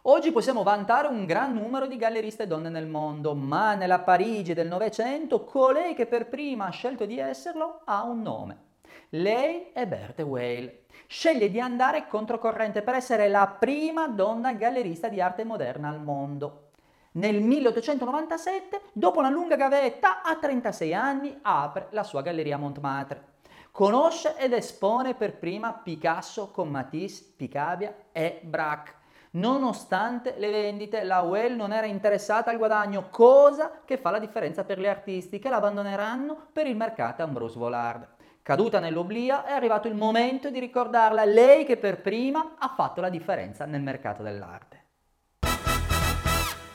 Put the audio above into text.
Oggi possiamo vantare un gran numero di galleriste donne nel mondo, ma nella Parigi del Novecento colei che per prima ha scelto di esserlo ha un nome. Lei è Berthe Weil. Sceglie di andare controcorrente per essere la prima donna gallerista di arte moderna al mondo. Nel 1897, dopo una lunga gavetta, a 36 anni apre la sua galleria a Montmartre. Conosce ed espone per prima Picasso con Matisse, Picabia e Braque. Nonostante le vendite, la Well non era interessata al guadagno, cosa che fa la differenza per gli artisti che la abbandoneranno per il mercato Ambrose Vollard. Caduta nell'oblio, è arrivato il momento di ricordarla, lei che per prima ha fatto la differenza nel mercato dell'arte.